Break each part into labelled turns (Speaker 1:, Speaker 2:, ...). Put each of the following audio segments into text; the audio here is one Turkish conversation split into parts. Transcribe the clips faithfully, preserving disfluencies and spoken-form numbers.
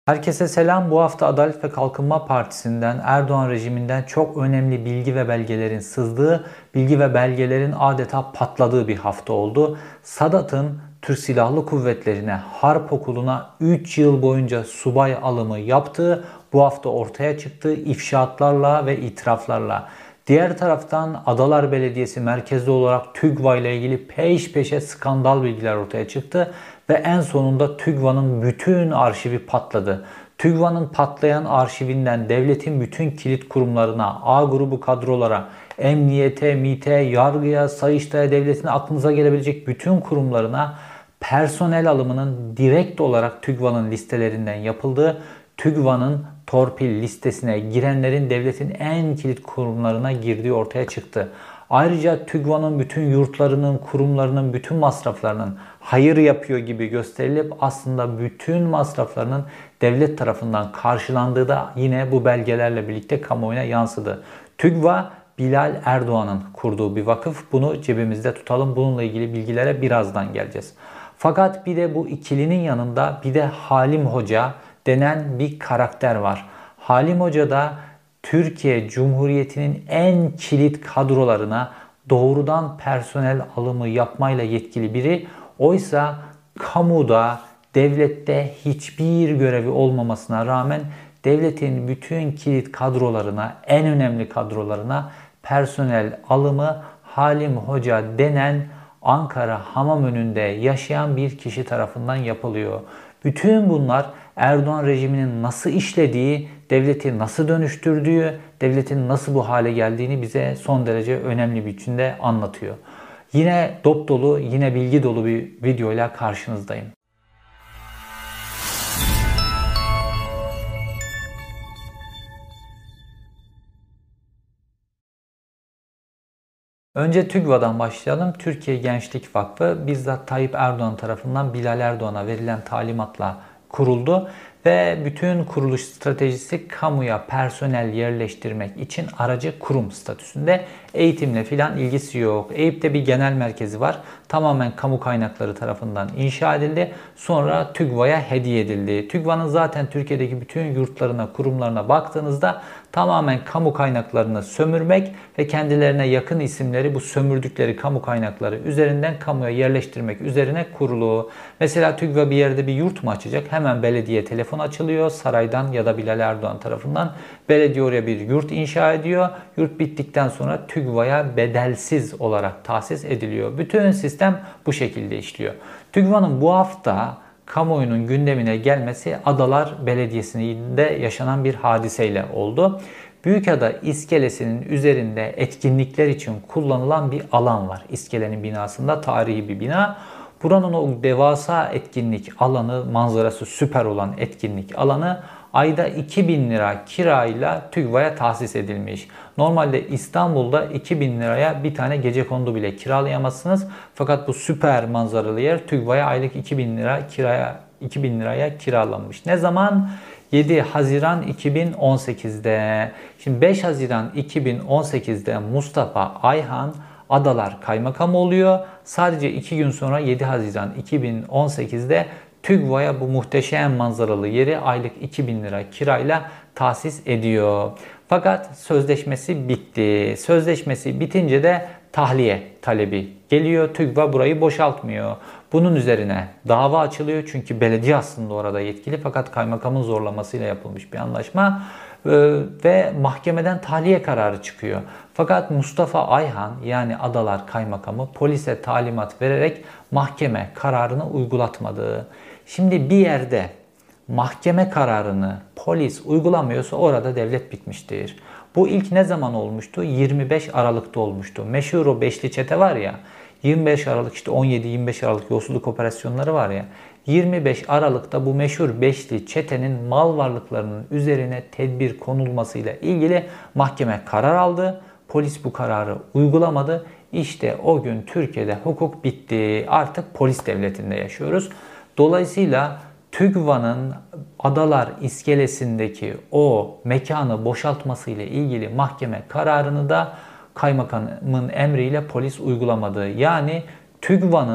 Speaker 1: Herkese selam. Bu hafta Adalet ve Kalkınma Partisi'nden, Erdoğan rejiminden çok önemli bilgi ve belgelerin sızdığı, bilgi ve belgelerin adeta patladığı bir hafta oldu. Sadat'ın Türk Silahlı Kuvvetleri'ne, Harp Okulu'na üç yıl boyunca subay alımı yaptığı bu hafta ortaya çıktı ifşaatlarla ve itiraflarla. Diğer taraftan Adalar Belediyesi merkezli olarak TÜGVA ile ilgili peş peşe skandal bilgiler ortaya çıktı ve en sonunda TÜGVA'nın bütün arşivi patladı. TÜGVA'nın patlayan arşivinden devletin bütün kilit kurumlarına, A grubu kadrolara, emniyete, MİT'e, yargıya, Sayıştay'a, devletin aklınıza gelebilecek bütün kurumlarına personel alımının direkt olarak TÜGVA'nın listelerinden yapıldığı, TÜGVA'nın torpil listesine girenlerin devletin en kilit kurumlarına girdiği ortaya çıktı. Ayrıca TÜGVA'nın bütün yurtlarının, kurumlarının bütün masraflarının hayır yapıyor gibi gösterilip aslında bütün masraflarının devlet tarafından karşılandığı da yine bu belgelerle birlikte kamuoyuna yansıdı. TÜGVA, Bilal Erdoğan'ın kurduğu bir vakıf. Bunu cebimizde tutalım. Bununla ilgili bilgilere birazdan geleceğiz. Fakat bir de bu ikilinin yanında bir de Halim Hoca denen bir karakter var. Halim Hoca da Türkiye Cumhuriyeti'nin en kilit kadrolarına doğrudan personel alımı yapmayla yetkili biri. Oysa kamuda, devlette hiçbir görevi olmamasına rağmen devletin bütün kilit kadrolarına, en önemli kadrolarına personel alımı Halim Hoca denen Ankara Hamamönü'nde yaşayan bir kişi tarafından yapılıyor. Bütün bunlar Erdoğan rejiminin nasıl işlediği, devleti nasıl dönüştürdüğü, devletin nasıl bu hale geldiğini bize son derece önemli bir biçimde anlatıyor. Yine dop dolu, yine bilgi dolu bir videoyla karşınızdayım. Önce TÜGVA'dan başlayalım. Türkiye Gençlik Vakfı bizzat Tayyip Erdoğan tarafından Bilal Erdoğan'a verilen talimatla kuruldu ve bütün kuruluş stratejisi kamuya personel yerleştirmek için aracı kurum statüsünde. Eğitimle filan ilgisi yok. Eyüp'te bir genel merkezi var. Tamamen kamu kaynakları tarafından inşa edildi. Sonra TÜGVA'ya hediye edildi. TÜGVA'nın zaten Türkiye'deki bütün yurtlarına, kurumlarına baktığınızda tamamen kamu kaynaklarını sömürmek ve kendilerine yakın isimleri bu sömürdükleri kamu kaynakları üzerinden kamuya yerleştirmek üzerine kurulu. Mesela TÜGVA bir yerde bir yurt mu açacak? Hemen belediye telefon açılıyor. Saraydan ya da Bilal Erdoğan tarafından belediye oraya bir yurt inşa ediyor. Yurt bittikten sonra TÜGVA'ya bedelsiz olarak tahsis ediliyor. Bütün sistem bu şekilde işliyor. TÜGVA'nın bu hafta kamuoyunun gündemine gelmesi Adalar Belediyesi'nde yaşanan bir hadiseyle oldu. Büyükada iskelesinin üzerinde etkinlikler için kullanılan bir alan var. İskelenin binasında tarihi bir bina. Buranın o devasa etkinlik alanı, manzarası süper olan etkinlik alanı ayda iki bin lira kirayla TÜGVA'ya tahsis edilmiş. Normalde İstanbul'da iki bin liraya bir tane gecekondu bile kiralayamazsınız. Fakat bu süper manzaralı yer TÜGVA'ya aylık iki bin lira kiraya iki bin liraya kiralanmış. Ne zaman? yedi Haziran iki bin on sekizde. Şimdi beş Haziran iki bin on sekizde Mustafa Ayhan Adalar Kaymakamı oluyor. Sadece iki gün sonra yedi Haziran iki bin on sekizde TÜGVA'ya bu muhteşem manzaralı yeri aylık iki bin lira kirayla tahsis ediyor. Fakat sözleşmesi bitti. Sözleşmesi bitince de tahliye talebi geliyor. TÜGVA burayı boşaltmıyor. Bunun üzerine dava açılıyor. Çünkü belediye aslında orada yetkili fakat kaymakamın zorlamasıyla yapılmış bir anlaşma. Ve mahkemeden tahliye kararı çıkıyor. Fakat Mustafa Ayhan yani Adalar Kaymakamı polise talimat vererek mahkeme kararını uygulatmadı. Şimdi bir yerde mahkeme kararını polis uygulamıyorsa orada devlet bitmiştir. Bu ilk ne zaman olmuştu? yirmi beş Aralık'ta olmuştu. Meşhur o beşli çete var ya. yirmi beş Aralık işte on yedi yirmi beş Aralık yolsuzluk operasyonları var ya. yirmi beş Aralık'ta bu meşhur beşli çetenin mal varlıklarının üzerine tedbir konulmasıyla ilgili mahkeme karar aldı. Polis bu kararı uygulamadı. İşte o gün Türkiye'de hukuk bitti. Artık polis devletinde yaşıyoruz. Dolayısıyla TÜGVA'nın Adalar iskelesindeki o mekanı boşaltması ile ilgili mahkeme kararını da kaymakamın emriyle polis uygulamadı. Yani TÜGVA'nın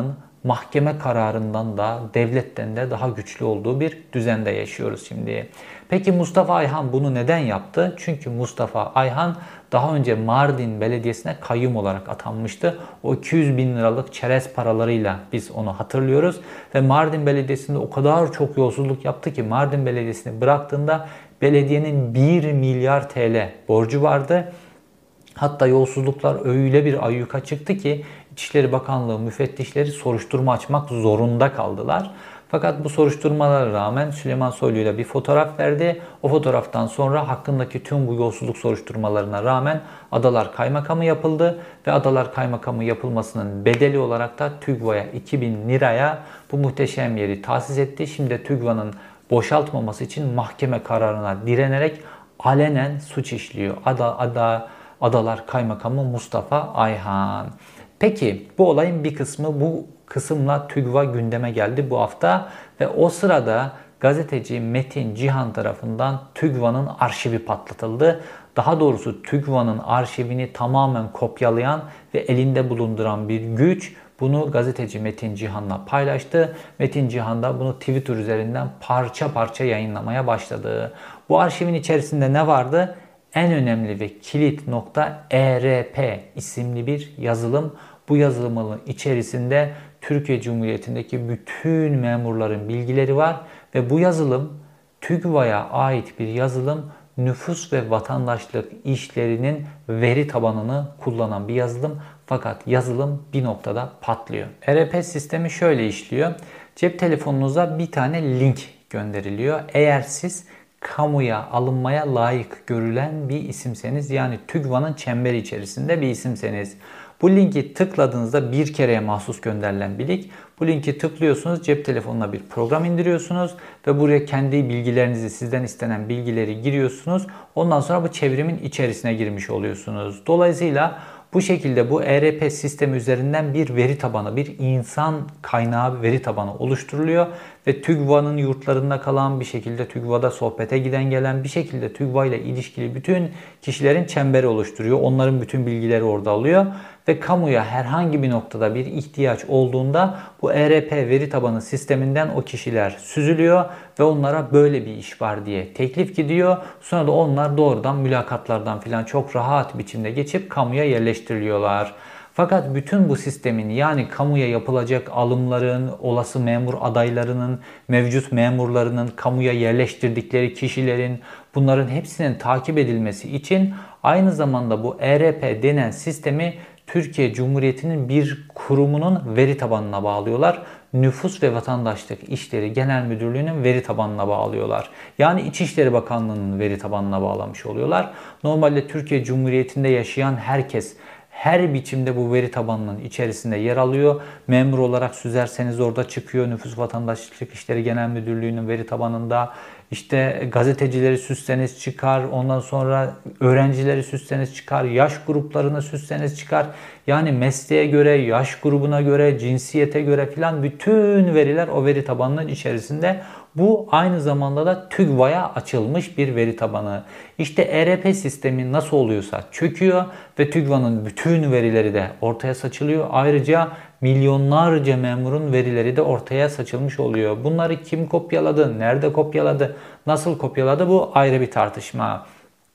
Speaker 1: mahkeme kararından da devletten de daha güçlü olduğu bir düzende yaşıyoruz şimdi. Peki Mustafa Ayhan bunu neden yaptı? Çünkü Mustafa Ayhan daha önce Mardin Belediyesi'ne kayyum olarak atanmıştı. O iki yüz bin liralık çerez paralarıyla biz onu hatırlıyoruz. Ve Mardin Belediyesi'nde o kadar çok yolsuzluk yaptı ki Mardin Belediyesi'ni bıraktığında belediyenin bir milyar T L borcu vardı. Hatta yolsuzluklar öyle bir ayyuka çıktı ki İçişleri Bakanlığı müfettişleri soruşturma açmak zorunda kaldılar. Fakat bu soruşturmalara rağmen Süleyman Soylu'yla bir fotoğraf verdi. O fotoğraftan sonra hakkındaki tüm bu yolsuzluk soruşturmalarına rağmen Adalar Kaymakamı yapıldı. Ve Adalar Kaymakamı yapılmasının bedeli olarak da TÜGVA'ya iki bin liraya bu muhteşem yeri tahsis etti. Şimdi TÜGVA'nın boşaltmaması için mahkeme kararına direnerek alenen suç işliyor. Ada, Ada, Adalar Kaymakamı Mustafa Ayhan. Peki bu olayın bir kısmı bu kısımla TÜGVA gündeme geldi bu hafta ve o sırada gazeteci Metin Cihan tarafından TÜGVA'nın arşivi patlatıldı. Daha doğrusu TÜGVA'nın arşivini tamamen kopyalayan ve elinde bulunduran bir güç bunu gazeteci Metin Cihan'la paylaştı. Metin Cihan da bunu Twitter üzerinden parça parça yayınlamaya başladı. Bu arşivin içerisinde ne vardı? En önemli ve kilit nokta E R P isimli bir yazılım. Bu yazılımın içerisinde Türkiye Cumhuriyeti'ndeki bütün memurların bilgileri var ve bu yazılım TÜGVA'ya ait bir yazılım, nüfus ve vatandaşlık işlerinin veri tabanını kullanan bir yazılım. Fakat yazılım bir noktada patlıyor. E R P sistemi şöyle işliyor. Cep telefonunuza bir tane link gönderiliyor. Eğer siz kamuya alınmaya layık görülen bir isimseniz, yani TÜGVA'nın çemberi içerisinde bir isimseniz, bu linki tıkladığınızda bir kereye mahsus gönderilen bir link. Bu linki tıklıyorsunuz, cep telefonuna bir program indiriyorsunuz ve buraya kendi bilgilerinizi, sizden istenen bilgileri giriyorsunuz. Ondan sonra bu çevrimin içerisine girmiş oluyorsunuz. Dolayısıyla bu şekilde bu E R P sistemi üzerinden bir veri tabanı, bir insan kaynağı veri tabanı oluşturuluyor ve TÜGVA'nın yurtlarında kalan, bir şekilde TÜGVA'da sohbete giden gelen, bir şekilde TÜGVA ile ilişkili bütün kişilerin çemberi oluşturuyor. Onların bütün bilgileri orada alıyor ve kamuya herhangi bir noktada bir ihtiyaç olduğunda bu E R P veri tabanı sisteminden o kişiler süzülüyor ve onlara böyle bir iş var diye teklif gidiyor. Sonra da onlar doğrudan mülakatlardan filan çok rahat biçimde geçip kamuya yerleştiriliyorlar. Fakat bütün bu sistemin, yani kamuya yapılacak alımların, olası memur adaylarının, mevcut memurlarının, kamuya yerleştirdikleri kişilerin, bunların hepsinin takip edilmesi için aynı zamanda bu E R P denen sistemi Türkiye Cumhuriyeti'nin bir kurumunun veri tabanına bağlıyorlar. Nüfus ve Vatandaşlık İşleri Genel Müdürlüğü'nün veri tabanına bağlıyorlar. Yani İçişleri Bakanlığı'nın veri tabanına bağlamış oluyorlar. Normalde Türkiye Cumhuriyeti'nde yaşayan herkes her biçimde bu veri tabanının içerisinde yer alıyor. Memur olarak süzerseniz orada çıkıyor. Nüfus Vatandaşlık İşleri Genel Müdürlüğü'nün veri tabanında. İşte gazetecileri süsseniz çıkar. Ondan sonra öğrencileri süsseniz çıkar. Yaş gruplarını süsseniz çıkar. Yani mesleğe göre, yaş grubuna göre, cinsiyete göre filan bütün veriler o veri tabanının içerisinde. Bu aynı zamanda da TÜGVA'ya açılmış bir veri tabanı. İşte E R P sistemi nasıl oluyorsa çöküyor ve TÜGVA'nın bütün verileri de ortaya saçılıyor. Ayrıca milyonlarca memurun verileri de ortaya saçılmış oluyor. Bunları kim kopyaladı, nerede kopyaladı, nasıl kopyaladı, bu ayrı bir tartışma.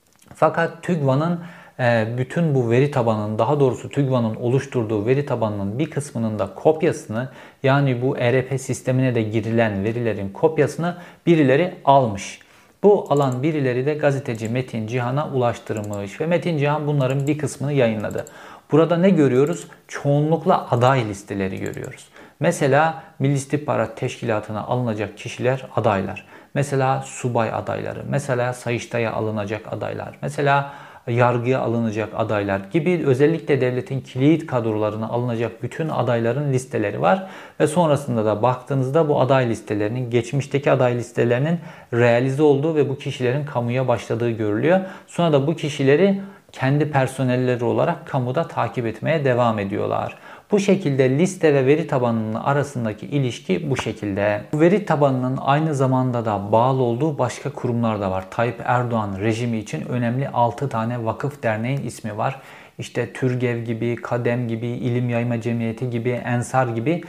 Speaker 1: Fakat TÜGVA'nın bütün bu veri tabanının, daha doğrusu TÜGVA'nın oluşturduğu veri tabanının bir kısmının da kopyasını, yani bu E R P sistemine de girilen verilerin kopyasını birileri almış. Bu alan birileri de gazeteci Metin Cihan'a ulaştırmış ve Metin Cihan bunların bir kısmını yayınladı. Burada ne görüyoruz? Çoğunlukla aday listeleri görüyoruz. Mesela Milli İstihbarat Teşkilatı'na alınacak kişiler adaylar. Mesela subay adayları, mesela Sayıştay'a alınacak adaylar, mesela yargıya alınacak adaylar gibi özellikle devletin kilit kadrolarına alınacak bütün adayların listeleri var. Ve sonrasında da baktığınızda bu aday listelerinin, geçmişteki aday listelerinin realize olduğu ve bu kişilerin kamuya başladığı görülüyor. Sonra da bu kişileri kendi personelleri olarak kamuda takip etmeye devam ediyorlar. Bu şekilde liste ve veri tabanının arasındaki ilişki bu şekilde. Bu veri tabanının aynı zamanda da bağlı olduğu başka kurumlar da var. Tayyip Erdoğan rejimi için önemli altı tane vakıf derneğin ismi var. İşte TÜRGEV gibi, KADEM gibi, İlim Yayma Cemiyeti gibi, Ensar gibi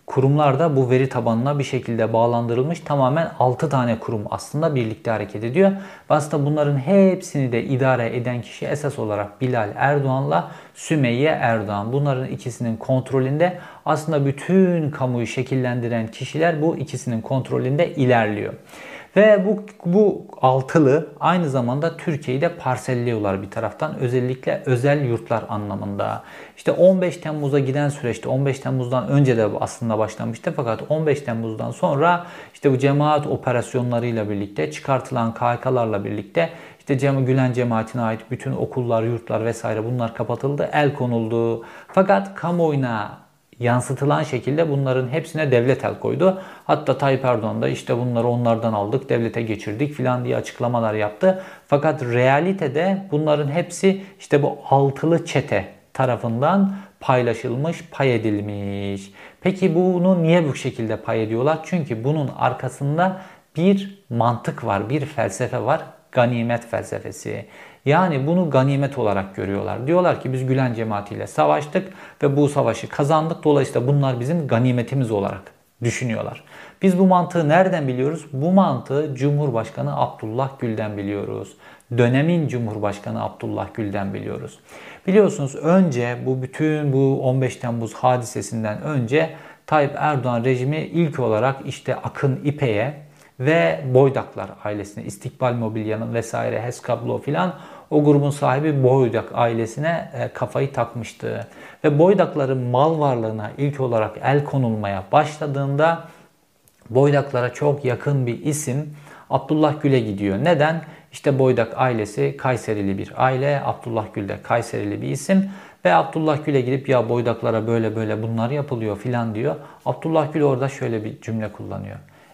Speaker 1: kurumlar da bu veri tabanına bir şekilde bağlandırılmış. Tamamen altı tane kurum aslında birlikte hareket ediyor. Ve aslında bunların hepsini de idare eden kişi esas olarak Bilal Erdoğan'la Sümeyye Erdoğan. Bunların ikisinin kontrolünde aslında bütün kamuyu şekillendiren kişiler bu ikisinin kontrolünde ilerliyor. Ve bu, bu altılı aynı zamanda Türkiye'yi de parselliyorlar bir taraftan. Özellikle özel yurtlar anlamında. İşte on beş Temmuz'a giden süreçte on beş Temmuz'dan önce de aslında başlamıştı. Fakat on beş Temmuz'dan sonra işte bu cemaat operasyonlarıyla birlikte çıkartılan K H K'larla birlikte işte Cem Gülen cemaatine ait bütün okullar, yurtlar vesaire bunlar kapatıldı, el konuldu. Fakat kamuoyuna yansıtılan şekilde bunların hepsine devlet el koydu. Hatta Tayyip Erdoğan da işte bunları onlardan aldık, devlete geçirdik filan diye açıklamalar yaptı. Fakat realitede bunların hepsi işte bu altılı çete tarafından paylaşılmış, pay edilmiş. Peki bunu niye bu şekilde pay ediyorlar? Çünkü bunun arkasında bir mantık var, bir felsefe var. Ganimet felsefesi. Yani bunu ganimet olarak görüyorlar. Diyorlar ki biz Gülen cemaatiyle savaştık ve bu savaşı kazandık. Dolayısıyla bunlar bizim ganimetimiz olarak düşünüyorlar. Biz bu mantığı nereden biliyoruz? Bu mantığı Cumhurbaşkanı Abdullah Gül'den biliyoruz. Dönemin Cumhurbaşkanı Abdullah Gül'den biliyoruz. Biliyorsunuz önce bu bütün bu on beş Temmuz hadisesinden önce Tayyip Erdoğan rejimi ilk olarak işte Akın İpek'e ve Boydaklar ailesine, İstikbal Mobilya'nın vesaire, Heskablo filan o grubun sahibi Boydak ailesine kafayı takmıştı. Ve Boydakların mal varlığına ilk olarak el konulmaya başladığında Boydaklara çok yakın bir isim Abdullah Gül'e gidiyor. Neden? İşte Boydak ailesi Kayserili bir aile, Abdullah Gül de Kayserili bir isim. Ve Abdullah Gül'e gidip ya Boydaklara böyle böyle bunlar yapılıyor filan diyor. Abdullah Gül orada şöyle bir cümle kullanıyor.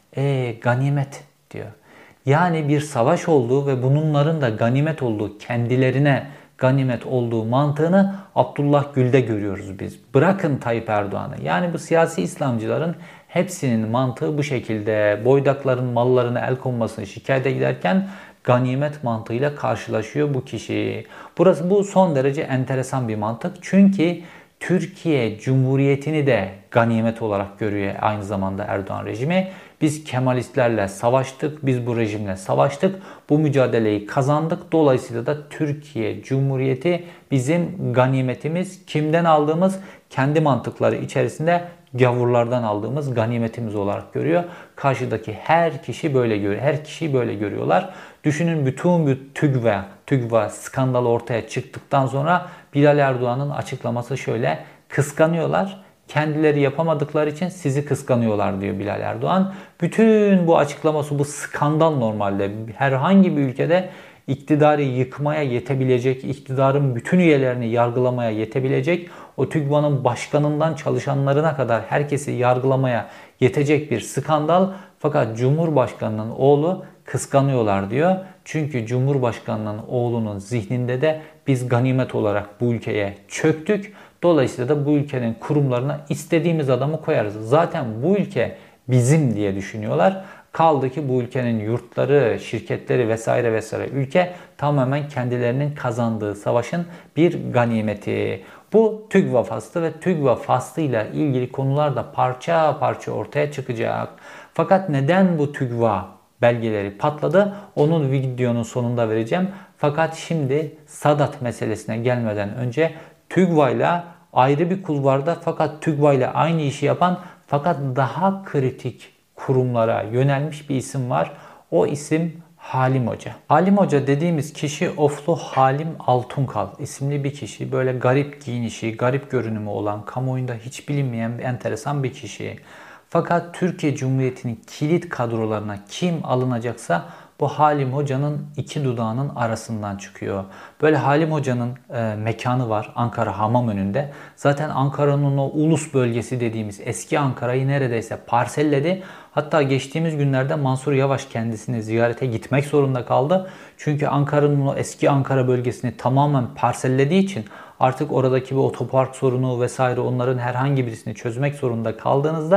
Speaker 1: E ganimet diyor. Yani bir savaş olduğu ve bunların da ganimet olduğu, kendilerine ganimet olduğu mantığını Abdullah Gül'de görüyoruz biz. Bırakın Tayyip Erdoğan'ı. Yani bu siyasi İslamcıların hepsinin mantığı bu şekilde. Boydakların mallarına el konmasını şikayete giderken ganimet mantığıyla karşılaşıyor bu kişi. Burası bu son derece enteresan bir mantık. Çünkü Türkiye Cumhuriyeti'ni de ganimet olarak görüyor aynı zamanda Erdoğan rejimi. Biz Kemalistlerle savaştık, biz bu rejimle savaştık, bu mücadeleyi kazandık. Dolayısıyla da Türkiye Cumhuriyeti bizim ganimetimiz. Kimden aldığımız? Kendi mantıkları içerisinde gavurlardan aldığımız ganimetimiz olarak görüyor. Karşıdaki her kişi böyle görüyor. Her kişiyi böyle görüyorlar. Düşünün bütün bir TÜGVA, TÜGVA skandalı ortaya çıktıktan sonra Bilal Erdoğan'ın açıklaması şöyle: kıskanıyorlar. Kendileri yapamadıkları için sizi kıskanıyorlar diyor Bilal Erdoğan. Bütün bu açıklaması, bu skandal normalde herhangi bir ülkede iktidarı yıkmaya yetebilecek, iktidarın bütün üyelerini yargılamaya yetebilecek, o TÜGVA'nın başkanından çalışanlarına kadar herkesi yargılamaya yetecek bir skandal. Fakat Cumhurbaşkanı'nın oğlu kıskanıyorlar diyor. Çünkü Cumhurbaşkanı'nın oğlunun zihninde de biz ganimet olarak bu ülkeye çöktük. Dolayısıyla da bu ülkenin kurumlarına istediğimiz adamı koyarız. Zaten bu ülke bizim diye düşünüyorlar. Kaldı ki bu ülkenin yurtları, şirketleri vesaire vesaire ülke tamamen kendilerinin kazandığı savaşın bir ganimeti. Bu TÜGVA faslı ve TÜGVA faslıyla ilgili konular da parça parça ortaya çıkacak. Fakat neden bu TÜGVA belgeleri patladı? Onun videonun sonunda vereceğim. Fakat şimdi Sadat meselesine gelmeden önce TÜGVA ile ayrı bir kulvarda fakat TÜGVA ile aynı işi yapan fakat daha kritik kurumlara yönelmiş bir isim var. O isim Halim Hoca. Halim Hoca dediğimiz kişi Oflu Halim Altunkal isimli bir kişi. Böyle garip giyinişi, garip görünümü olan, kamuoyunda hiç bilinmeyen bir enteresan bir kişi. Fakat Türkiye Cumhuriyeti'nin kilit kadrolarına kim alınacaksa bu Halim Hoca'nın iki dudağının arasından çıkıyor. Böyle Halim Hoca'nın e, mekanı var Ankara Hamamönü'nde. Zaten Ankara'nın o ulus bölgesi dediğimiz eski Ankara'yı neredeyse parselledi. Hatta geçtiğimiz günlerde Mansur Yavaş kendisini ziyarete gitmek zorunda kaldı. Çünkü Ankara'nın o eski Ankara bölgesini tamamen parsellediği için artık oradaki bir otopark sorunu vesaire onların herhangi birisini çözmek zorunda kaldığınızda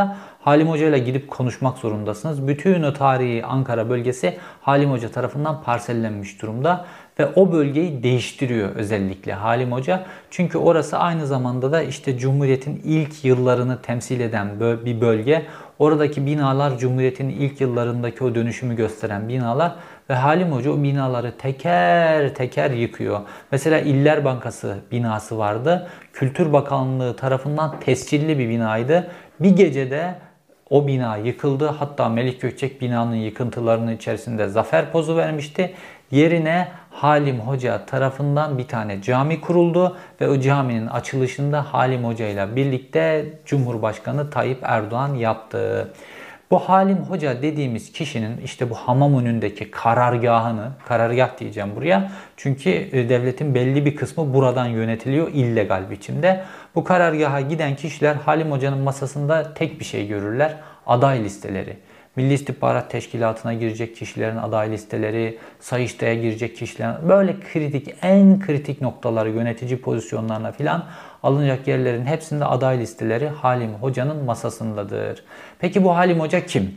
Speaker 1: Halim Hoca ile gidip konuşmak zorundasınız. Bütün o tarihi Ankara bölgesi Halim Hoca tarafından parsellenmiş durumda. Ve o bölgeyi değiştiriyor özellikle Halim Hoca. Çünkü orası aynı zamanda da işte Cumhuriyet'in ilk yıllarını temsil eden bir bölge. Oradaki binalar Cumhuriyet'in ilk yıllarındaki o dönüşümü gösteren binalar. Ve Halim Hoca o binaları teker teker yıkıyor. Mesela İller Bankası binası vardı. Kültür Bakanlığı tarafından tescilli bir binaydı. Bir gecede o bina yıkıldı. Hatta Melik Gökçek binanın yıkıntılarının içerisinde zafer pozu vermişti. Yerine Halim Hoca tarafından bir tane cami kuruldu ve o caminin açılışında Halim Hoca ile birlikte Cumhurbaşkanı Tayyip Erdoğan yaptı. Bu Halim Hoca dediğimiz kişinin işte bu hamam önündeki karargahını, karargah diyeceğim buraya. Çünkü devletin belli bir kısmı buradan yönetiliyor illegal biçimde. Bu karargaha giden kişiler Halim Hoca'nın masasında tek bir şey görürler: aday listeleri. Milli İstihbarat Teşkilatı'na girecek kişilerin aday listeleri, Sayıştay'a girecek kişilerin böyle kritik, en kritik noktaları, yönetici pozisyonlarına filan alınacak yerlerin hepsinde aday listeleri Halim Hoca'nın masasındadır. Peki bu Halim Hoca kim?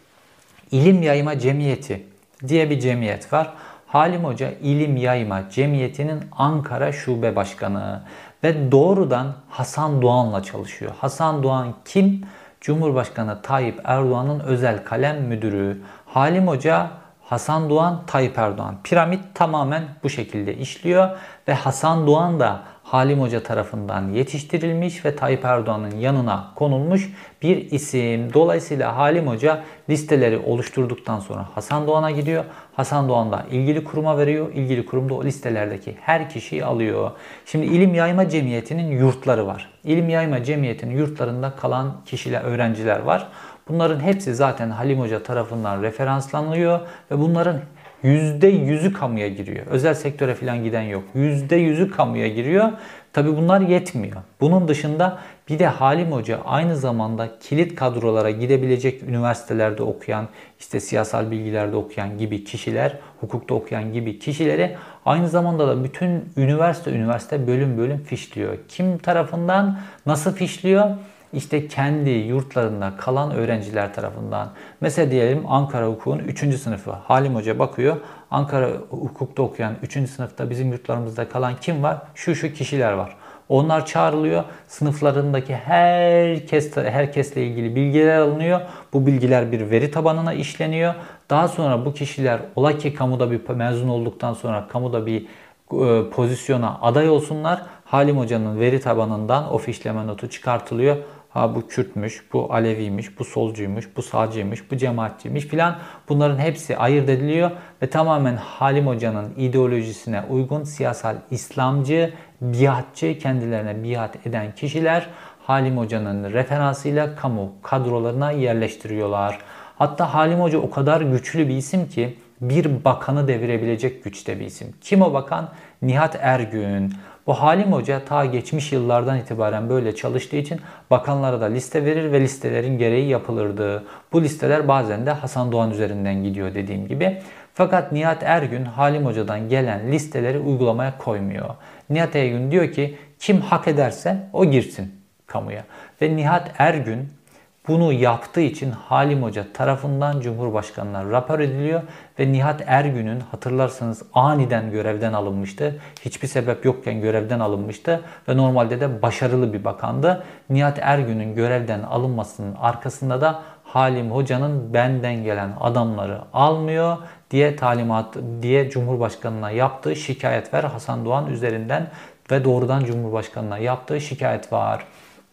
Speaker 1: İlim Yayma Cemiyeti diye bir cemiyet var. Halim Hoca İlim Yayma Cemiyeti'nin Ankara Şube Başkanı ve doğrudan Hasan Doğan'la çalışıyor. Hasan Doğan kim? Cumhurbaşkanı Tayyip Erdoğan'ın özel kalem müdürü. Halim Hoca, Hasan Doğan, Tayyip Erdoğan. Piramit tamamen bu şekilde işliyor ve Hasan Doğan da Halim Hoca tarafından yetiştirilmiş ve Tayyip Erdoğan'ın yanına konulmuş bir isim. Dolayısıyla Halim Hoca listeleri oluşturduktan sonra Hasan Doğan'a gidiyor. Hasan Doğan da ilgili kuruma veriyor. İlgili kurum da o listelerdeki her kişiyi alıyor. Şimdi İlim Yayma Cemiyeti'nin yurtları var. İlim Yayma Cemiyeti'nin yurtlarında kalan kişiler, öğrenciler var. Bunların hepsi zaten Halim Hoca tarafından referanslanıyor ve bunların yüzde yüzü kamuya giriyor. Özel sektöre falan giden yok. yüzde yüzü kamuya giriyor. Tabi bunlar yetmiyor. Bunun dışında bir de Halim Hoca aynı zamanda kilit kadrolara gidebilecek üniversitelerde okuyan, işte siyasal bilgilerde okuyan gibi kişiler, hukukta okuyan gibi kişileri aynı zamanda da bütün üniversite üniversite bölüm bölüm fişliyor. Kim tarafından, nasıl fişliyor? İşte kendi yurtlarında kalan öğrenciler tarafından. Mesela diyelim Ankara Hukuk'un üçüncü sınıfı. Halim Hoca bakıyor. Ankara Hukuk'ta okuyan üçüncü sınıfta bizim yurtlarımızda kalan kim var? Şu şu kişiler var. Onlar çağrılıyor. Sınıflarındaki herkes herkesle ilgili bilgiler alınıyor. Bu bilgiler bir veri tabanına işleniyor. Daha sonra bu kişiler ola ki kamuda bir mezun olduktan sonra kamuda bir e, pozisyona aday olsunlar. Halim Hoca'nın veri tabanından o fişleme notu çıkartılıyor. Ha bu Kürtmüş, bu Aleviymiş, bu solcuymuş, bu sağcıymış, bu cemaatçiymiş filan. Bunların hepsi ayırt ediliyor ve tamamen Halim Hoca'nın ideolojisine uygun siyasal İslamcı, biatçı, kendilerine biat eden kişiler Halim Hoca'nın referansıyla kamu kadrolarına yerleştiriyorlar. Hatta Halim Hoca o kadar güçlü bir isim ki bir bakanı devirebilecek güçte bir isim. Kim o bakan? Nihat Ergün. Bu Halim Hoca ta geçmiş yıllardan itibaren böyle çalıştığı için bakanlara da liste verir ve listelerin gereği yapılırdı. Bu listeler bazen de Hasan Doğan üzerinden gidiyor dediğim gibi. Fakat Nihat Ergün Halim Hoca'dan gelen listeleri uygulamaya koymuyor. Nihat Ergün diyor ki kim hak ederse o girsin kamuya. Ve Nihat Ergün bunu yaptığı için Halim Hoca tarafından Cumhurbaşkanı'na rapor ediliyor ve Nihat Ergün'ün hatırlarsanız aniden görevden alınmıştı. Hiçbir sebep yokken görevden alınmıştı ve normalde de başarılı bir bakandı. Nihat Ergün'ün görevden alınmasının arkasında da Halim Hoca'nın benden gelen adamları almıyor diye talimat diye Cumhurbaşkanı'na yaptığı şikayet var Hasan Doğan üzerinden ve doğrudan Cumhurbaşkanı'na yaptığı şikayet var.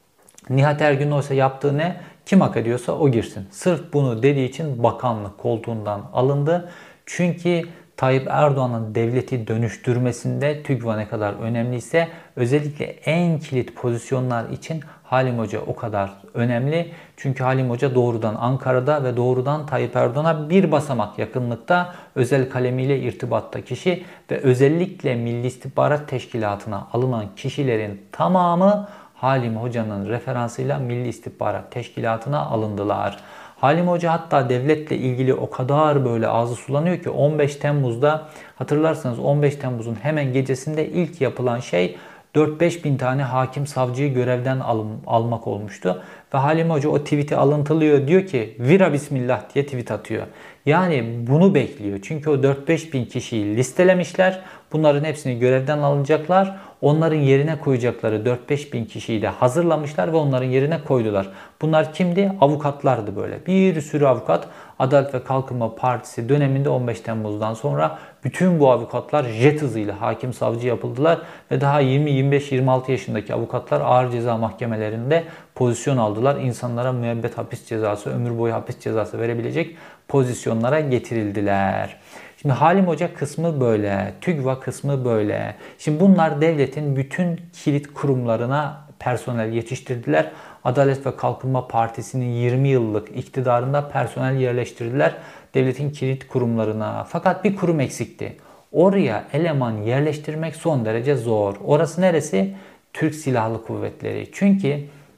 Speaker 1: Nihat Ergün'ün oysa yaptığı ne? Kim hak ediyorsa o girsin. Sırf bunu dediği için bakanlık koltuğundan alındı. Çünkü Tayyip Erdoğan'ın devleti dönüştürmesinde TÜGVA ne kadar önemliyse özellikle en kilit pozisyonlar için Halim Hoca o kadar önemli. Çünkü Halim Hoca doğrudan Ankara'da ve doğrudan Tayyip Erdoğan'a bir basamak yakınlıkta özel kalemiyle irtibatta kişi ve özellikle Milli İstihbarat Teşkilatı'na alınan kişilerin tamamı Halim Hoca'nın referansıyla Milli İstihbarat Teşkilatı'na alındılar. Halim Hoca hatta devletle ilgili o kadar böyle ağzı sulanıyor ki on beş Temmuz'da hatırlarsanız on beş Temmuz'un hemen gecesinde ilk yapılan şey dört beş bin tane hakim savcıyı görevden alım, almak olmuştu. Ve Halime Hoca o tweet'i alıntılıyor. Diyor ki vira bismillah diye tweet atıyor. Yani bunu bekliyor. Çünkü o dört beş bin kişiyi listelemişler. Bunların hepsini görevden alacaklar. Onların yerine koyacakları dört beş bin kişiyi de hazırlamışlar ve onların yerine koydular. Bunlar kimdi? Avukatlardı böyle. Bir sürü avukat. Adalet ve Kalkınma Partisi döneminde on beş Temmuz'dan sonra bütün bu avukatlar jet hızıyla hakim savcı yapıldılar ve daha yirmi yirmi beş yirmi altı yaşındaki avukatlar ağır ceza mahkemelerinde pozisyon aldılar. İnsanlara müebbet hapis cezası, ömür boyu hapis cezası verebilecek pozisyonlara getirildiler. Şimdi Halim Hoca kısmı böyle, TÜGVA kısmı böyle. Şimdi bunlar devletin bütün kilit kurumlarına personel yetiştirdiler. Adalet ve Kalkınma Partisi'nin yirmi yıllık iktidarında personel yerleştirdiler devletin kilit kurumlarına. Fakat bir kurum eksikti. Oraya eleman yerleştirmek son derece zor. Orası neresi? Türk Silahlı Kuvvetleri. Çünkü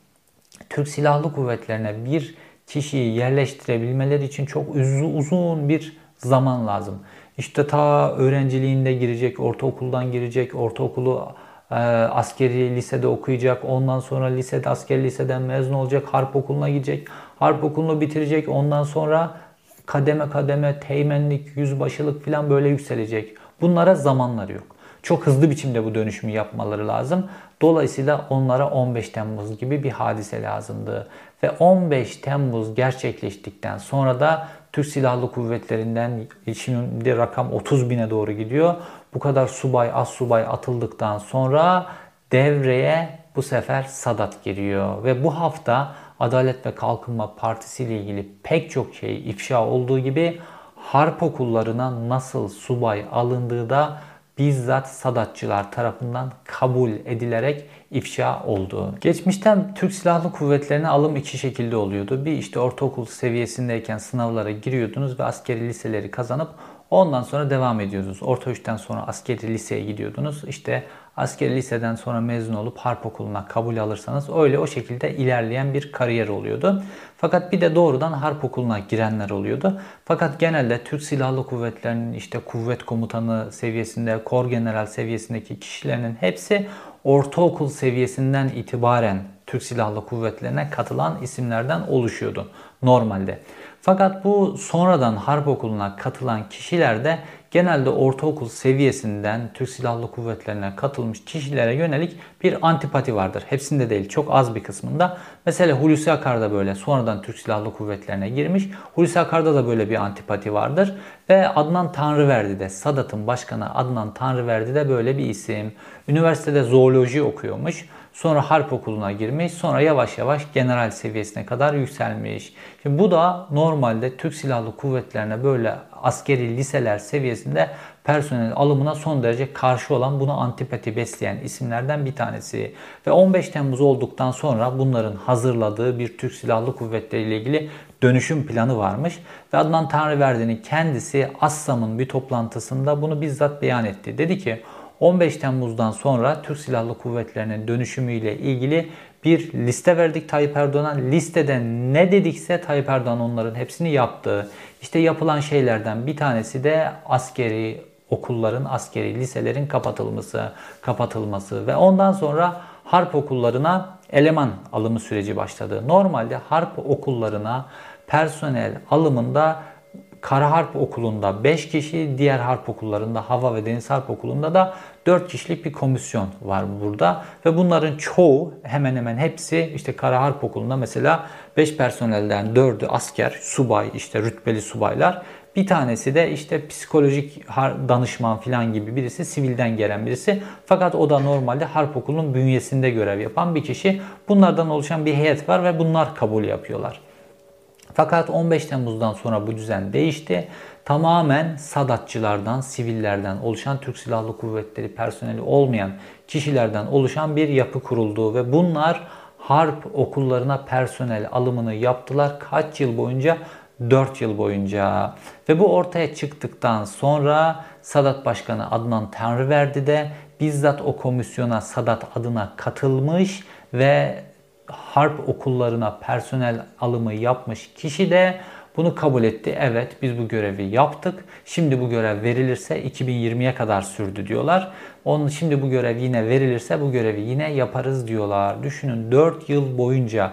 Speaker 1: Türk Silahlı Kuvvetlerine bir kişiyi yerleştirebilmeleri için çok uzun bir zaman lazım. İşte ta öğrenciliğinde girecek, ortaokuldan girecek, ortaokulu e, askeri lisede okuyacak, ondan sonra lisede askeri liseden mezun olacak, harp okuluna gidecek, harp okulunu bitirecek, ondan sonra kademe kademe teğmenlik, yüzbaşılık falan böyle yükselecek. Bunlara zamanları yok. Çok hızlı biçimde bu dönüşümü yapmaları lazım. Dolayısıyla onlara on beş Temmuz gibi bir hadise lazımdı. Ve on beş Temmuz gerçekleştikten sonra da Türk Silahlı Kuvvetleri'nden şimdi rakam otuz bine doğru gidiyor. Bu kadar subay, az subay atıldıktan sonra devreye bu sefer Sadat giriyor. Ve bu hafta Adalet ve Kalkınma Partisi ile ilgili pek çok şey ifşa olduğu gibi harp okullarına nasıl subay alındığı da bizzat Sadatçılar tarafından kabul edilerek ifşa oldu. Geçmişten Türk Silahlı Kuvvetleri'ne alım iki şekilde oluyordu. Bir işte ortaokul seviyesindeyken sınavlara giriyordunuz ve askeri liseleri kazanıp ondan sonra devam ediyordunuz. Orta üçten sonra askeri liseye gidiyordunuz. İşte askeri liseden sonra mezun olup harp okuluna kabul alırsanız öyle o şekilde ilerleyen bir kariyer oluyordu. Fakat bir de doğrudan harp okuluna girenler oluyordu. Fakat genelde Türk Silahlı Kuvvetleri'nin işte kuvvet komutanı seviyesinde, kor general seviyesindeki kişilerin hepsi ortaokul seviyesinden itibaren Türk Silahlı Kuvvetleri'ne katılan isimlerden oluşuyordu normalde. Fakat bu sonradan harp okuluna katılan kişiler de genelde ortaokul seviyesinden Türk Silahlı Kuvvetleri'ne katılmış kişilere yönelik bir antipati vardır. Hepsinde değil, çok az bir kısmında. Mesela Hulusi Akar da böyle sonradan Türk Silahlı Kuvvetleri'ne girmiş. Hulusi Akar'da da böyle bir antipati vardır. Ve Adnan Tanrıverdi de, Sadat'ın başkanı Adnan Tanrıverdi de böyle bir isim. Üniversitede zooloji okuyormuş. Sonra harp okuluna girmiş. Sonra yavaş yavaş general seviyesine kadar yükselmiş. Şimdi bu da normalde Türk Silahlı Kuvvetlerine böyle askeri liseler seviyesinde personel alımına son derece karşı olan, buna antipati besleyen isimlerden bir tanesi. Ve on beş Temmuz olduktan sonra bunların hazırladığı bir Türk Silahlı Kuvvetleri ile ilgili dönüşüm planı varmış. Ve Adnan Tanrıverdi'nin kendisi ASSAM'ın bir toplantısında bunu bizzat beyan etti. Dedi ki on beş Temmuz'dan sonra Türk Silahlı Kuvvetleri'nin dönüşümüyle ilgili bir liste verdik Tayyip Erdoğan'a. Listede ne dedikse Tayyip Erdoğan onların hepsini yaptı. İşte yapılan şeylerden bir tanesi de askeri okulların, askeri liselerin kapatılması, kapatılması ve ondan sonra harp okullarına eleman alımı süreci başladı. Normalde harp okullarına personel alımında Kara Harp Okulu'nda beş kişi, diğer harp okullarında, Hava ve Deniz Harp Okulu'nda da dört kişilik bir komisyon var burada. Ve bunların çoğu, hemen hemen hepsi işte Kara Harp Okulu'nda mesela beş personelden dördü asker, subay, işte rütbeli subaylar. Bir tanesi de işte psikolojik danışman falan gibi birisi, sivilden gelen birisi. Fakat o da normalde harp okulunun bünyesinde görev yapan bir kişi. Bunlardan oluşan bir heyet var ve bunlar kabul yapıyorlar. Fakat on beş Temmuz'dan sonra bu düzen değişti. Tamamen Sadatçılardan, sivillerden oluşan, Türk Silahlı Kuvvetleri personeli olmayan kişilerden oluşan bir yapı kuruldu. Ve bunlar harp okullarına personel alımını yaptılar. Kaç yıl boyunca? dört yıl boyunca. Ve bu ortaya çıktıktan sonra Sadat Başkanı Adnan Tanrıverdi de bizzat o komisyona Sadat adına katılmış ve harp okullarına personel alımı yapmış kişi de bunu kabul etti. Evet, biz bu görevi yaptık. Şimdi bu görev verilirse iki bin yirmiye kadar sürdü diyorlar. Onun şimdi bu görev yine verilirse bu görevi yine yaparız diyorlar. Düşünün, dört yıl boyunca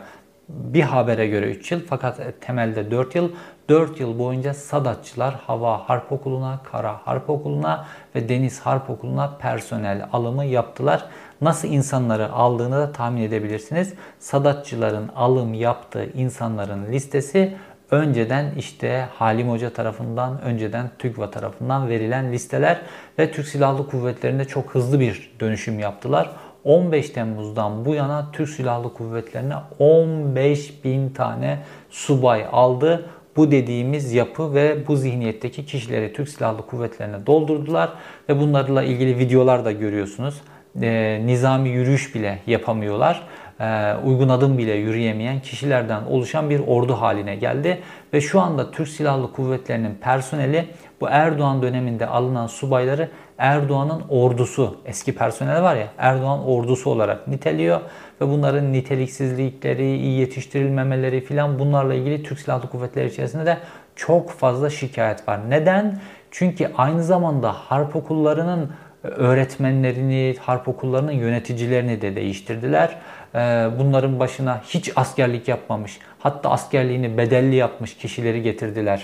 Speaker 1: Bir habere göre üç yıl fakat temelde dört yıl. dört yıl boyunca Sadatçılar Hava Harp Okulu'na, Kara Harp Okulu'na ve Deniz Harp Okulu'na personel alımı yaptılar. Nasıl insanları aldığını da tahmin edebilirsiniz. Sadatçıların alım yaptığı insanların listesi önceden işte Halim Hoca tarafından, önceden TÜGVA tarafından verilen listeler ve Türk Silahlı Kuvvetleri'nde çok hızlı bir dönüşüm yaptılar. on beş Temmuz'dan bu yana Türk Silahlı Kuvvetleri'ne on beş bin tane subay aldı. Bu dediğimiz yapı ve bu zihniyetteki kişileri Türk Silahlı Kuvvetleri'ne doldurdular ve bunlarla ilgili videolar da görüyorsunuz. Ee, nizami yürüyüş bile yapamıyorlar. Ee, uygun adım bile yürüyemeyen kişilerden oluşan bir ordu haline geldi. Ve şu anda Türk Silahlı Kuvvetleri'nin personeli bu Erdoğan döneminde alınan subayları Erdoğan'ın ordusu, eski personel var ya, Erdoğan ordusu olarak niteliyor. Ve bunların niteliksizlikleri, iyi yetiştirilmemeleri filan, bunlarla ilgili Türk Silahlı Kuvvetleri içerisinde de çok fazla şikayet var. Neden? Çünkü aynı zamanda harp okullarının öğretmenlerini, harp okullarının yöneticilerini de değiştirdiler. Bunların başına hiç askerlik yapmamış, hatta askerliğini bedelli yapmış kişileri getirdiler.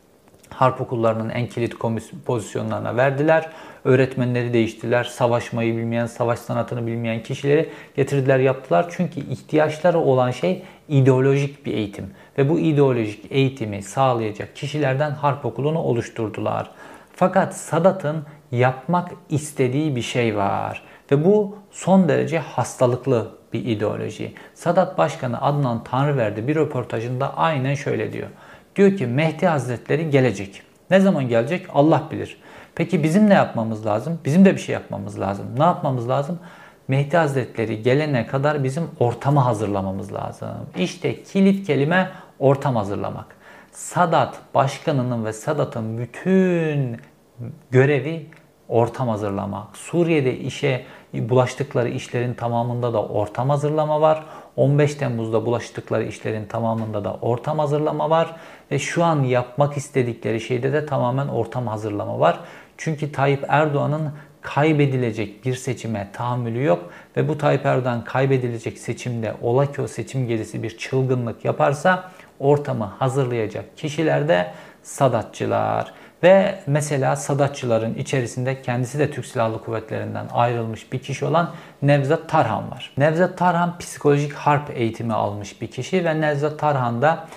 Speaker 1: Harp okullarının en kilit pozisyonlarına verdiler. Öğretmenleri değiştirdiler. Savaşmayı bilmeyen, savaş sanatını bilmeyen kişileri getirdiler, yaptılar. Çünkü ihtiyaçları olan şey ideolojik bir eğitim. Ve bu ideolojik eğitimi sağlayacak kişilerden harp okulunu oluşturdular. Fakat Sadat'ın yapmak istediği bir şey var. Ve bu son derece hastalıklı bir ideoloji. Sadat Başkanı Adnan Tanrıverdi bir röportajında aynen şöyle diyor. Diyor ki Mehdi Hazretleri gelecek. Ne zaman gelecek? Allah bilir. Peki bizim ne yapmamız lazım? Bizim de bir şey yapmamız lazım. Ne yapmamız lazım? Mehdi Hazretleri gelene kadar bizim ortamı hazırlamamız lazım. İşte kilit kelime ortam hazırlamak. Sadat Başkanı'nın ve Sadat'ın bütün görevi ortam hazırlamak. Suriye'de işe bulaştıkları işlerin tamamında da ortam hazırlama var. on beş Temmuz'da bulaştıkları işlerin tamamında da ortam hazırlama var. Ve şu an yapmak istedikleri şeyde de tamamen ortam hazırlama var. Çünkü Tayyip Erdoğan'ın kaybedilecek bir seçime tahammülü yok. Ve bu Tayyip Erdoğan kaybedilecek seçimde ola ki o seçim gerisi bir çılgınlık yaparsa ortamı hazırlayacak kişiler de Sadatçılar. Ve mesela Sadatçıların içerisinde kendisi de Türk Silahlı Kuvvetleri'nden ayrılmış bir kişi olan Nevzat Tarhan var. Nevzat Tarhan psikolojik harp eğitimi almış bir kişi ve Nevzat Tarhan da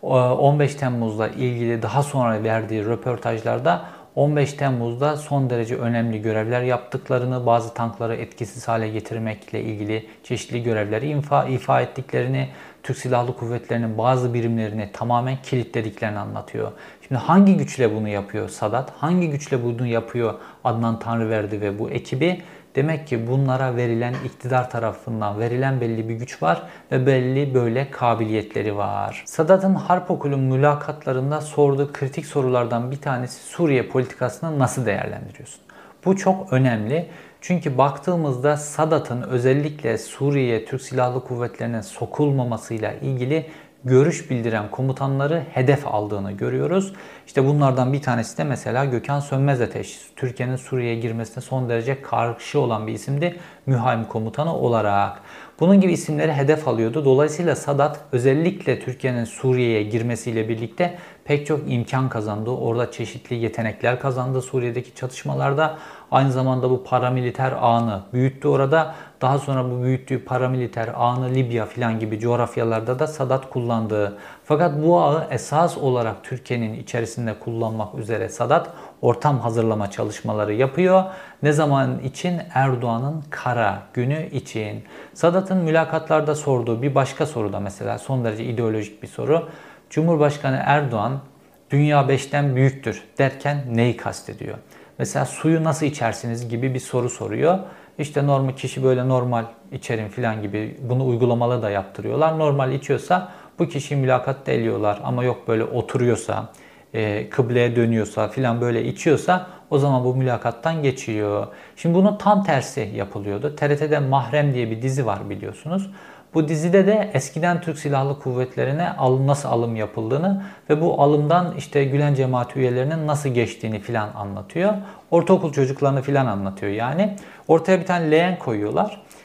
Speaker 1: on beş Temmuz'la ilgili daha sonra verdiği röportajlarda on beş Temmuz'da son derece önemli görevler yaptıklarını, bazı tankları etkisiz hale getirmekle ilgili çeşitli görevleri ifa, ifa ettiklerini, Türk Silahlı Kuvvetleri'nin bazı birimlerini tamamen kilitlediklerini anlatıyor. Şimdi hangi güçle bunu yapıyor Sadat? Hangi güçle bunu yapıyor Adnan Tanrıverdi ve bu ekibi? Demek ki bunlara verilen, iktidar tarafından verilen belli bir güç var ve belli böyle kabiliyetleri var. Sadat'ın Harp Okulu mülakatlarında sorduğu kritik sorulardan bir tanesi Suriye politikasını nasıl değerlendiriyorsun? Bu çok önemli. Çünkü baktığımızda Sadat'ın özellikle Suriye'ye Türk Silahlı Kuvvetleri'ne sokulmamasıyla ilgili görüş bildiren komutanları hedef aldığını görüyoruz. İşte bunlardan bir tanesi de mesela Gökhan Sönmez-Ateş. Türkiye'nin Suriye'ye girmesine son derece karşı olan bir isimdi mühim komutanı olarak. Bunun gibi isimleri hedef alıyordu. Dolayısıyla Sadat özellikle Türkiye'nin Suriye'ye girmesiyle birlikte pek çok imkan kazandı. Orada çeşitli yetenekler kazandı Suriye'deki çatışmalarda. Aynı zamanda bu paramiliter ağını büyüttü orada. Daha sonra bu büyüttüğü paramiliter ağını Libya filan gibi coğrafyalarda da Sadat kullandı. Fakat bu ağı esas olarak Türkiye'nin içerisinde kullanmak üzere Sadat ortam hazırlama çalışmaları yapıyor. Ne zaman için? Erdoğan'ın kara günü için. Sadat'ın mülakatlarda sorduğu bir başka soru da mesela son derece ideolojik bir soru. Cumhurbaşkanı Erdoğan dünya beşten büyüktür derken neyi kastediyor? Mesela suyu nasıl içersiniz gibi bir soru soruyor. İşte normal kişi böyle normal içerim falan gibi bunu uygulamalı da yaptırıyorlar. Normal içiyorsa bu kişiyi mülakatta eliyorlar ama yok böyle oturuyorsa, e, kıbleye dönüyorsa filan böyle içiyorsa o zaman bu mülakattan geçiyor. Şimdi bunun tam tersi yapılıyordu. T R T'de Mahrem diye bir dizi var biliyorsunuz. Bu dizide de eskiden Türk Silahlı Kuvvetleri'ne alım, nasıl alım yapıldığını ve bu alımdan işte Gülen cemaati üyelerinin nasıl geçtiğini filan anlatıyor. Ortaokul çocuklarını filan anlatıyor yani. Ortaya bir tane leğen koyuyorlar.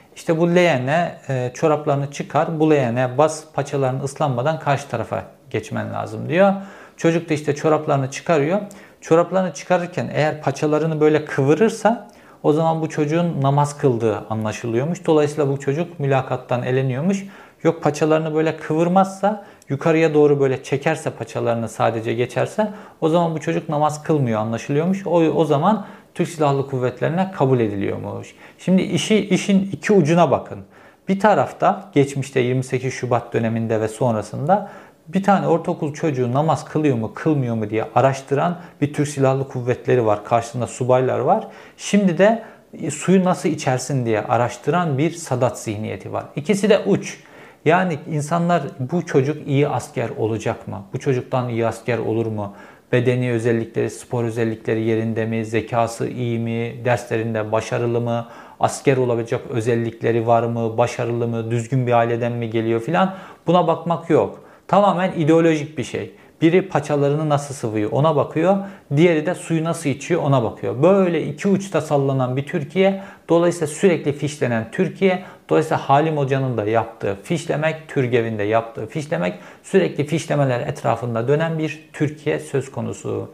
Speaker 1: İşte bu leğene e, çoraplarını çıkar, bu leğene bas, paçalarını ıslanmadan karşı tarafa geçmen lazım diyor. Çocuk da işte çoraplarını çıkarıyor. Çoraplarını çıkarırken eğer paçalarını böyle kıvırırsa o zaman bu çocuğun namaz kıldığı anlaşılıyormuş. Dolayısıyla bu çocuk mülakattan eleniyormuş. Yok, paçalarını böyle kıvırmazsa, yukarıya doğru böyle çekerse, paçalarını sadece geçerse o zaman bu çocuk namaz kılmıyor anlaşılıyormuş. O, o zaman Türk Silahlı Kuvvetleri'ne kabul ediliyormuş. Şimdi işi işin iki ucuna bakın. Bir tarafta geçmişte yirmi sekiz Şubat döneminde ve sonrasında bir tane ortaokul çocuğu namaz kılıyor mu kılmıyor mu diye araştıran bir Türk Silahlı Kuvvetleri var. Karşısında subaylar var. Şimdi de suyu nasıl içersin diye araştıran bir Sadat zihniyeti var. İkisi de uç. Yani insanlar, bu çocuk iyi asker olacak mı? Bu çocuktan iyi asker olur mu? Bedeni özellikleri, spor özellikleri yerinde mi? Zekası iyi mi? Derslerinde başarılı mı? Asker olabilecek özellikleri var mı? Başarılı mı? Düzgün bir aileden mi geliyor filan? Buna bakmak yok. Tamamen ideolojik bir şey. Biri paçalarını nasıl sıvıyor ona bakıyor. Diğeri de suyu nasıl içiyor ona bakıyor. Böyle iki uçta sallanan bir Türkiye. Dolayısıyla sürekli fişlenen Türkiye. Dolayısıyla Halim Hoca'nın da yaptığı fişlemek, TÜRGEV'in de yaptığı fişlemek, sürekli fişlemeler etrafında dönen bir Türkiye söz konusu.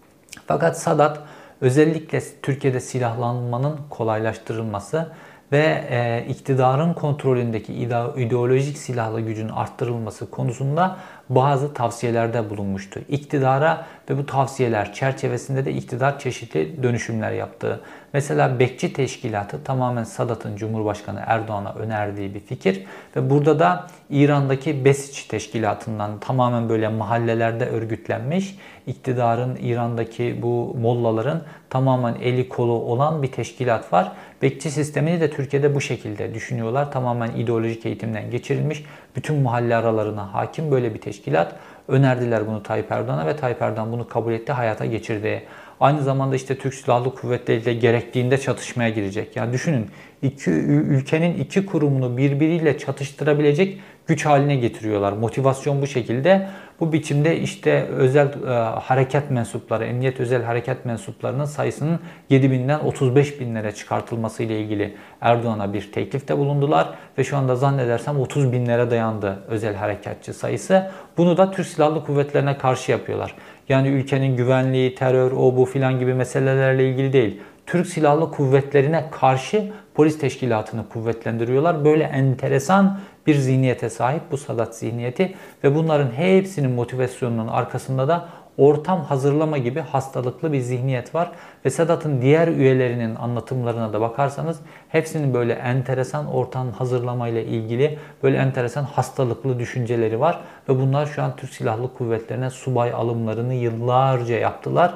Speaker 1: Fakat Sadat özellikle Türkiye'de silahlanmanın kolaylaştırılması ve e, iktidarın kontrolündeki ideolojik silahlı gücün arttırılması konusunda bazı tavsiyelerde bulunmuştu. İktidara ve bu tavsiyeler çerçevesinde de iktidar çeşitli dönüşümler yaptı. Mesela Bekçi Teşkilatı tamamen Sadat'ın Cumhurbaşkanı Erdoğan'a önerdiği bir fikir ve burada da İran'daki Besiç Teşkilatı'ndan tamamen böyle mahallelerde örgütlenmiş, iktidarın İran'daki bu mollaların tamamen eli kolu olan bir teşkilat var. Bekçi sistemini de Türkiye'de bu şekilde düşünüyorlar. Tamamen ideolojik eğitimden geçirilmiş, bütün mahalle aralarına hakim böyle bir teşkilat. Önerdiler bunu Tayyip Erdoğan'a ve Tayyip Erdoğan bunu kabul etti, hayata geçirdi. Aynı zamanda işte Türk Silahlı Kuvvetleri ile gerektiğinde çatışmaya girecek. Yani düşünün, iki ülkenin iki kurumunu birbiriyle çatıştırabilecek güç haline getiriyorlar. Motivasyon bu şekilde. Bu biçimde işte özel e, harekat mensupları, emniyet özel harekat mensuplarının sayısının yedi binden otuz beş binlere çıkartılması ile ilgili Erdoğan'a bir teklifte bulundular ve şu anda zannedersem otuz binlere dayandı özel harekatçı sayısı. Bunu da Türk Silahlı Kuvvetlerine karşı yapıyorlar. Yani ülkenin güvenliği, terör, o bu filan gibi meselelerle ilgili değil. Türk Silahlı Kuvvetlerine karşı polis teşkilatını kuvvetlendiriyorlar. Böyle enteresan bir zihniyete sahip bu Sadat zihniyeti ve bunların hepsinin motivasyonunun arkasında da ortam hazırlama gibi hastalıklı bir zihniyet var. Ve Sadat'ın diğer üyelerinin anlatımlarına da bakarsanız hepsinin böyle enteresan ortam hazırlama ile ilgili böyle enteresan hastalıklı düşünceleri var. Ve bunlar şu an Türk Silahlı Kuvvetleri'ne subay alımlarını yıllarca yaptılar.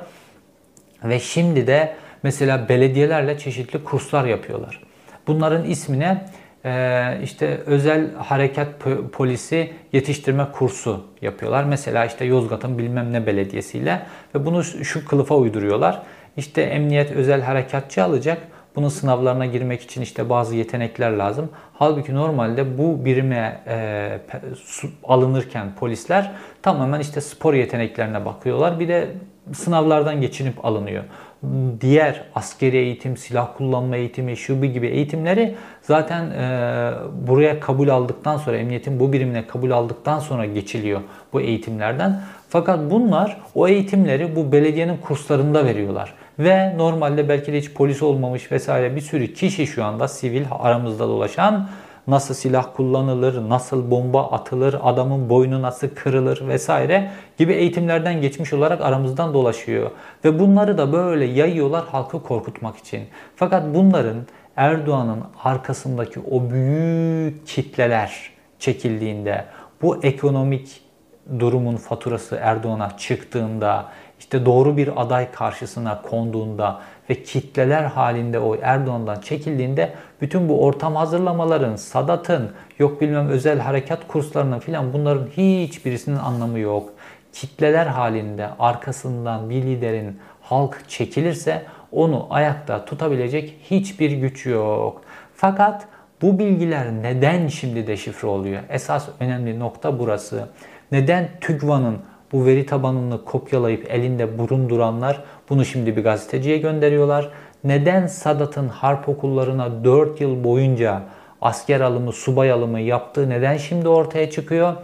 Speaker 1: Ve şimdi de mesela belediyelerle çeşitli kurslar yapıyorlar. Bunların ismine işte özel harekat polisi yetiştirme kursu yapıyorlar. Mesela işte Yozgat'ın bilmem ne belediyesiyle ve bunu şu kılıfa uyduruyorlar. İşte emniyet özel harekatçı alacak. Bunun sınavlarına girmek için işte bazı yetenekler lazım. Halbuki normalde bu birime e, alınırken polisler tamamen işte spor yeteneklerine bakıyorlar. Bir de sınavlardan geçinip alınıyor. Diğer askeri eğitim, silah kullanma eğitimi, şu gibi eğitimleri zaten e, buraya kabul aldıktan sonra, emniyetin bu birimine kabul aldıktan sonra geçiliyor bu eğitimlerden. Fakat bunlar o eğitimleri bu belediyenin kurslarında veriyorlar. Ve normalde belki de hiç polis olmamış vesaire bir sürü kişi şu anda sivil aramızda dolaşan, nasıl silah kullanılır, nasıl bomba atılır, adamın boynu nasıl kırılır vesaire gibi eğitimlerden geçmiş olarak aramızdan dolaşıyor. Ve bunları da böyle yayıyorlar halkı korkutmak için. Fakat bunların Erdoğan'ın arkasındaki o büyük kitleler çekildiğinde, bu ekonomik durumun faturası Erdoğan'a çıktığında, işte doğru bir aday karşısına konduğunda ve kitleler halinde o Erdoğan'dan çekildiğinde bütün bu ortam hazırlamaların, Sadat'ın, yok bilmem özel harekat kurslarının filan bunların hiçbirisinin anlamı yok. Kitleler halinde arkasından bir liderin halk çekilirse onu ayakta tutabilecek hiçbir güç yok. Fakat bu bilgiler neden şimdi deşifre oluyor? Esas önemli nokta burası. Neden TÜGVA'nın bu veri tabanını kopyalayıp elinde bulunduranlar bunu şimdi bir gazeteciye gönderiyorlar? Neden Sadat'ın harp okullarına dört yıl boyunca asker alımı, subay alımı yaptığı neden şimdi ortaya çıkıyor?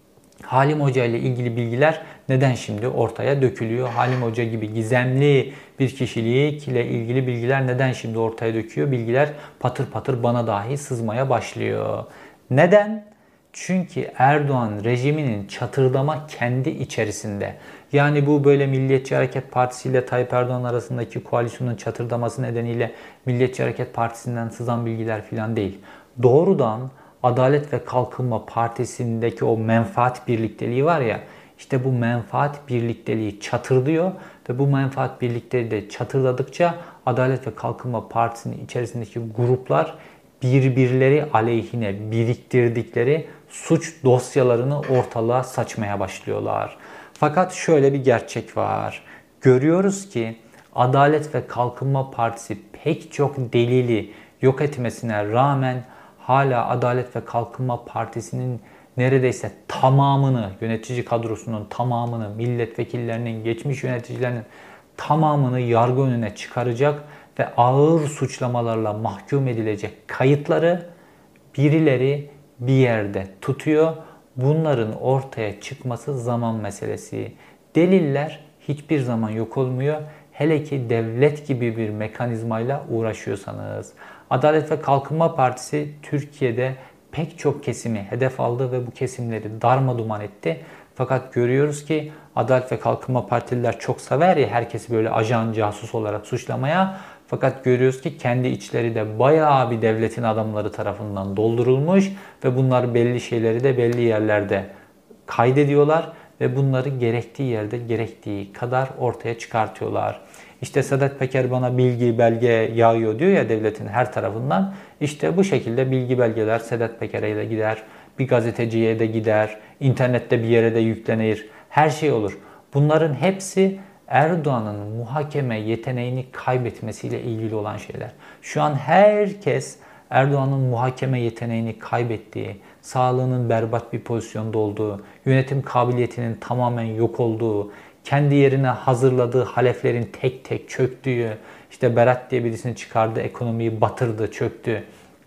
Speaker 1: Halim Hoca ile ilgili bilgiler neden şimdi ortaya dökülüyor? Halim Hoca gibi gizemli bir kişilikle ilgili bilgiler neden şimdi ortaya döküyor? Bilgiler patır patır bana dahi sızmaya başlıyor. Neden? Çünkü Erdoğan rejiminin çatırdama kendi içerisinde. Yani bu böyle Milliyetçi Hareket Partisi ile Tayyip Erdoğan arasındaki koalisyonun çatırdaması nedeniyle Milliyetçi Hareket Partisi'nden sızan bilgiler falan değil. Doğrudan Adalet ve Kalkınma Partisi'ndeki o menfaat birlikteliği var ya, işte bu menfaat birlikteliği çatırdıyor ve bu menfaat birlikteliği de çatırdadıkça Adalet ve Kalkınma Partisi'nin içerisindeki gruplar birbirleri aleyhine biriktirdikleri suç dosyalarını ortalığa saçmaya başlıyorlar. Fakat şöyle bir gerçek var. Görüyoruz ki Adalet ve Kalkınma Partisi pek çok delili yok etmesine rağmen hala Adalet ve Kalkınma Partisi'nin neredeyse tamamını, yönetici kadrosunun tamamını, milletvekillerinin, geçmiş yöneticilerinin tamamını yargı önüne çıkaracak ve ağır suçlamalarla mahkum edilecek kayıtları birileri bir yerde tutuyor. Bunların ortaya çıkması zaman meselesi. Deliller hiçbir zaman yok olmuyor. Hele ki devlet gibi bir mekanizmayla uğraşıyorsanız. Adalet ve Kalkınma Partisi Türkiye'de pek çok kesimi hedef aldı ve bu kesimleri darmaduman etti. Fakat görüyoruz ki Adalet ve Kalkınma Partililer çok sever ya herkesi böyle ajan, casus olarak suçlamaya. Fakat görüyoruz ki kendi içleri de bayağı bir devletin adamları tarafından doldurulmuş ve bunlar belli şeyleri de belli yerlerde kaydediyorlar ve bunları gerektiği yerde gerektiği kadar ortaya çıkartıyorlar. İşte Sedat Peker bana bilgi belge yağıyor diyor ya devletin her tarafından. İşte bu şekilde bilgi belgeler Sedat Peker'e de gider, bir gazeteciye de gider, internette bir yere de yüklenir, her şey olur. Bunların hepsi Erdoğan'ın muhakeme yeteneğini kaybetmesiyle ilgili olan şeyler. Şu an herkes Erdoğan'ın muhakeme yeteneğini kaybettiği, sağlığının berbat bir pozisyonda olduğu, yönetim kabiliyetinin tamamen yok olduğu, kendi yerine hazırladığı haleflerin tek tek çöktüğü, işte Berat diye birisini çıkardı, ekonomiyi batırdı, çöktü.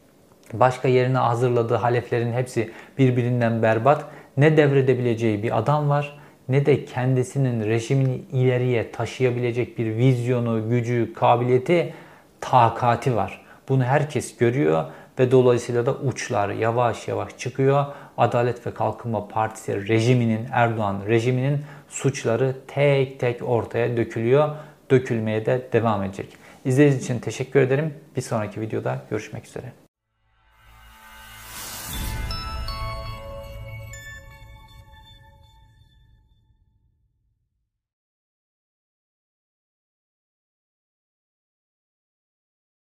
Speaker 1: Başka yerine hazırladığı haleflerin hepsi birbirinden berbat. Ne devredebileceği bir adam var, ne de kendisinin rejimini ileriye taşıyabilecek bir vizyonu, gücü, kabiliyeti, takati var. Bunu herkes görüyor ve dolayısıyla da uçlar yavaş yavaş çıkıyor. Adalet ve Kalkınma Partisi rejiminin, Erdoğan rejiminin suçları tek tek ortaya dökülüyor. Dökülmeye de devam edecek. İzlediğiniz için teşekkür ederim. Bir sonraki videoda görüşmek üzere.